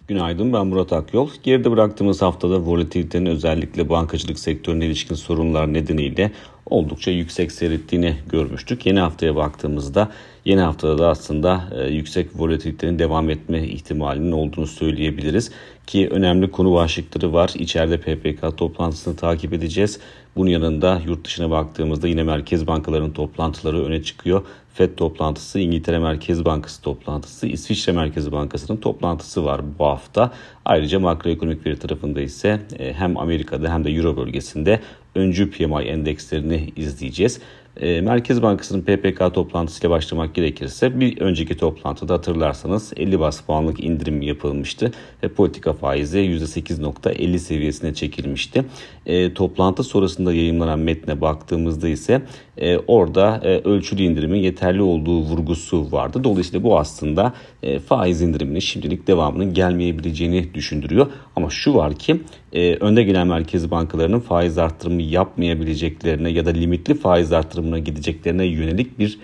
Günaydın, ben Murat Akyol. Geride bıraktığımız haftada volatilitenin özellikle bankacılık sektörüne ilişkin sorunlar nedeniyle oldukça yüksek seyrettiğini görmüştük. Yeni haftaya baktığımızda yeni haftada da aslında yüksek volatilitenin devam etme ihtimalinin olduğunu söyleyebiliriz. Ki önemli konu başlıkları var. İçeride PPK toplantısını takip edeceğiz. Bunun yanında yurt dışına baktığımızda yine merkez bankalarının toplantıları öne çıkıyor. FED toplantısı, İngiltere Merkez Bankası toplantısı, İsviçre Merkez Bankası'nın toplantısı var bu hafta. Ayrıca makroekonomik veri tarafında ise hem Amerika'da hem de Euro bölgesinde öncü PMI endekslerini izleyeceğiz. Merkez Bankası'nın PPK toplantısıyla başlamak gerekirse bir önceki toplantıda hatırlarsanız 50 bas puanlık indirim yapılmıştı ve politika faizi %8.50 seviyesine çekilmişti. Toplantı sonrasında yayımlanan metne baktığımızda ise orada ölçülü indirimin yeterli olduğu vurgusu vardı. Dolayısıyla bu aslında faiz indiriminin şimdilik devamının gelmeyebileceğini düşündürüyor. Ama şu var ki önde gelen merkez bankalarının faiz arttırımı yapmayabileceklerine ya da limitli faiz artırımına gideceklerine yönelik bir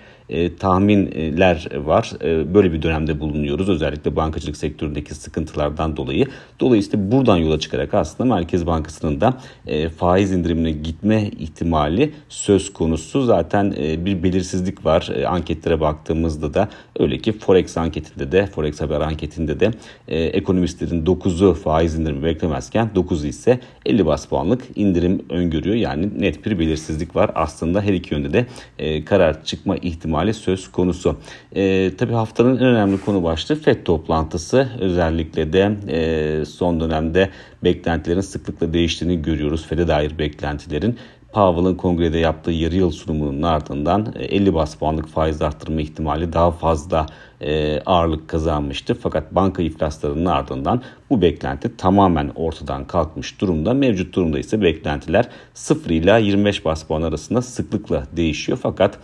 tahminler var. Böyle bir dönemde bulunuyoruz. Özellikle bankacılık sektöründeki sıkıntılardan dolayı. Dolayısıyla buradan yola çıkarak aslında Merkez Bankası'nın da faiz indirimine gitme ihtimali söz konusu. Zaten bir belirsizlik var. Anketlere baktığımızda da öyle ki Forex anketinde de, Forex Haber anketinde de ekonomistlerin 9'u faiz indirimi beklemezken 9'u ise 50 bas puanlık indirim öngörüyor. Yani net bir belirsizlik var. Aslında her iki yönde de karar çıkma ihtimali söz konusu. Tabii haftanın en önemli konu başlığı FED toplantısı. Özellikle de son dönemde beklentilerin sıklıkla değiştiğini görüyoruz. FED'e dair beklentilerin. Powell'ın kongrede yaptığı yarı yıl sunumunun ardından 50 bas puanlık faiz arttırma ihtimali daha fazla ağırlık kazanmıştı. Fakat banka iflaslarının ardından bu beklenti tamamen ortadan kalkmış durumda. Mevcut durumda ise beklentiler 0 ile 25 bas puan arasında sıklıkla değişiyor. Fakat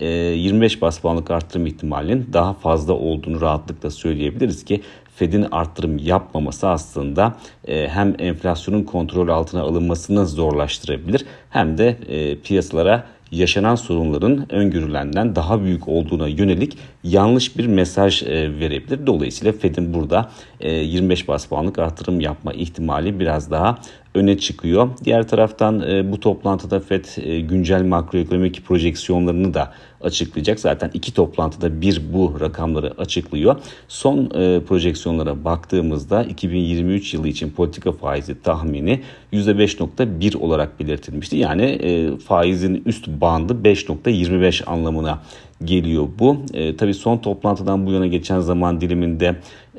25 bas puanlık arttırım ihtimalinin daha fazla olduğunu rahatlıkla söyleyebiliriz ki Fed'in arttırım yapmaması aslında hem enflasyonun kontrol altına alınmasını zorlaştırabilir hem de piyasalara yaşanan sorunların öngörülenden daha büyük olduğuna yönelik yanlış bir mesaj verebilir. Dolayısıyla Fed'in burada 25 bas puanlık artırım yapma ihtimali biraz daha öne çıkıyor. Diğer taraftan bu toplantıda FED güncel makroekonomik projeksiyonlarını da açıklayacak. Zaten iki toplantıda bir bu rakamları açıklıyor. Son projeksiyonlara baktığımızda 2023 yılı için politika faizi tahmini %5.1 olarak belirtilmişti. Yani faizin üst bandı 5.25 anlamına geliyor bu. Tabii son toplantıdan bu yana geçen zaman diliminde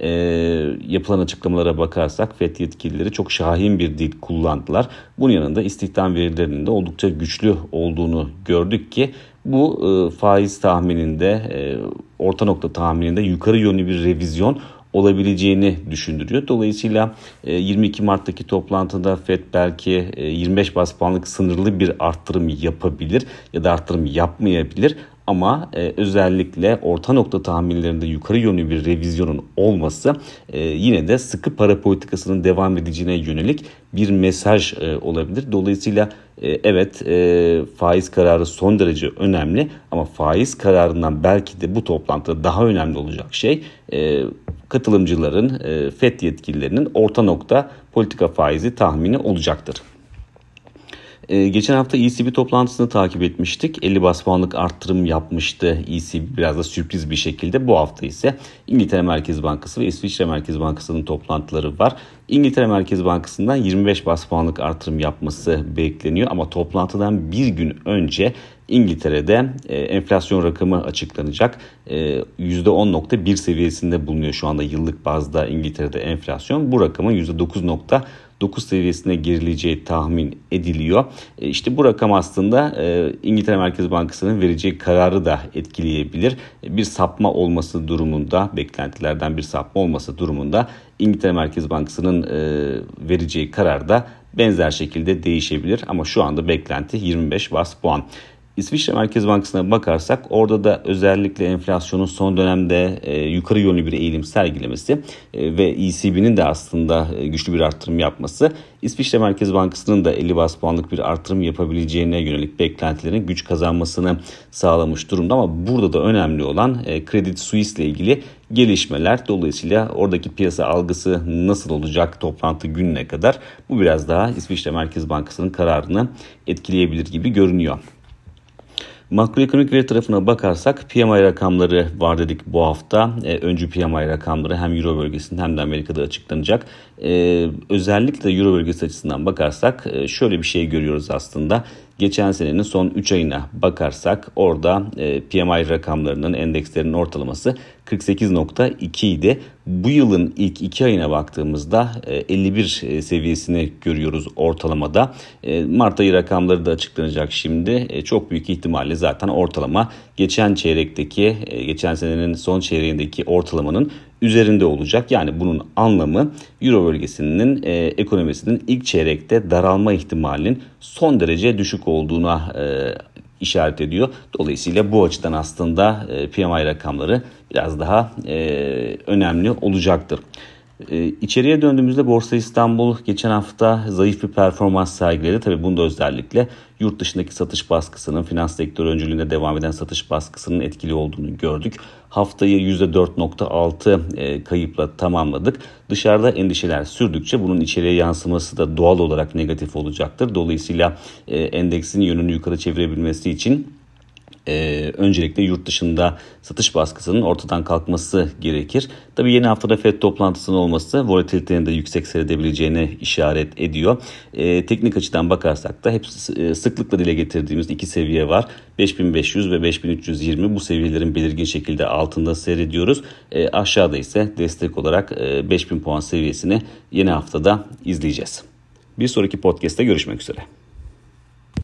yapılan açıklamalara bakarsak FED yetkilileri çok şahin bir dil kullandılar. Bunun yanında istihdam verilerinin de oldukça güçlü olduğunu gördük ki bu faiz tahmininde, orta nokta tahmininde yukarı yönlü bir revizyon olabileceğini düşündürüyor. Dolayısıyla 22 Mart'taki toplantıda FED belki 25 bas puanlık sınırlı bir arttırım yapabilir ya da arttırım yapmayabilir. Ama özellikle orta nokta tahminlerinde yukarı yönlü bir revizyonun olması yine de sıkı para politikasının devam edeceğine yönelik bir mesaj olabilir. Dolayısıyla evet faiz kararı son derece önemli ama faiz kararından belki de bu toplantıda daha önemli olacak şey katılımcıların, FED yetkililerinin orta nokta politika faizi tahmini olacaktır. Geçen hafta ECB toplantısını takip etmiştik. 50 bas puanlık arttırım yapmıştı ECB biraz da sürpriz bir şekilde. Bu hafta ise İngiltere Merkez Bankası ve İsviçre Merkez Bankası'nın toplantıları var. İngiltere Merkez Bankası'ndan 25 bas puanlık artırım yapması bekleniyor. Ama toplantıdan bir gün önce İngiltere'de enflasyon rakamı açıklanacak. %10.1 seviyesinde bulunuyor şu anda yıllık bazda İngiltere'de enflasyon. Bu rakamın %9.9 seviyesine gerileceği tahmin ediliyor. İşte bu rakam aslında İngiltere Merkez Bankası'nın vereceği kararı da etkileyebilir. Bir sapma olması durumunda, beklentilerden bir sapma olması durumunda İngiltere Merkez Bankası'nın vereceği karar da benzer şekilde değişebilir. Ama şu anda beklenti 25 bas puan. İsviçre Merkez Bankası'na bakarsak orada da özellikle enflasyonun son dönemde yukarı yönlü bir eğilim sergilemesi ve ECB'nin de aslında güçlü bir artırım yapması İsviçre Merkez Bankası'nın da 50 bas puanlık bir artırım yapabileceğine yönelik beklentilerin güç kazanmasını sağlamış durumda. Ama burada da önemli olan Credit Suisse ile ilgili gelişmeler. Dolayısıyla oradaki piyasa algısı nasıl olacak toplantı gününe kadar, bu biraz daha İsviçre Merkez Bankası'nın kararını etkileyebilir gibi görünüyor. Makroekonomik veri tarafına bakarsak PMI rakamları var dedik bu hafta. Öncü PMI rakamları hem Euro bölgesinde hem de Amerika'da açıklanacak. Özellikle Euro bölgesi açısından bakarsak şöyle bir şey görüyoruz aslında. Geçen senenin son 3 ayına bakarsak orada PMI rakamlarının, endekslerinin ortalaması 48.2 idi. Bu yılın ilk 2 ayına baktığımızda 51 seviyesini görüyoruz ortalamada. Mart ayı rakamları da açıklanacak şimdi. Çok büyük ihtimalle zaten ortalama geçen senenin son çeyreğindeki ortalamanın üzerinde olacak. Yani bunun anlamı Euro bölgesinin ekonomisinin ilk çeyrekte daralma ihtimalinin son derece düşük olduğuna işaret ediyor. Dolayısıyla bu açıdan aslında PMI rakamları biraz daha önemli olacaktır. İçeriye döndüğümüzde Borsa İstanbul geçen hafta zayıf bir performans sergiledi. Tabii bunda özellikle yurt dışındaki satış baskısının, finans sektörü öncülüğünde devam eden satış baskısının etkili olduğunu gördük. Haftayı %4.6 kayıpla tamamladık. Dışarıda endişeler sürdükçe bunun içeriye yansıması da doğal olarak negatif olacaktır. Dolayısıyla endeksin yönünü yukarı çevirebilmesi için öncelikle yurt dışında satış baskısının ortadan kalkması gerekir. Tabii yeni haftada FED toplantısının olması volatilitenin de yüksek seyredebileceğine işaret ediyor. Teknik açıdan bakarsak da hep sıklıkla dile getirdiğimiz iki seviye var. 5500 ve 5320, bu seviyelerin belirgin şekilde altında seyrediyoruz. Aşağıda ise destek olarak 5000 puan seviyesini yeni haftada izleyeceğiz. Bir sonraki podcast'te görüşmek üzere.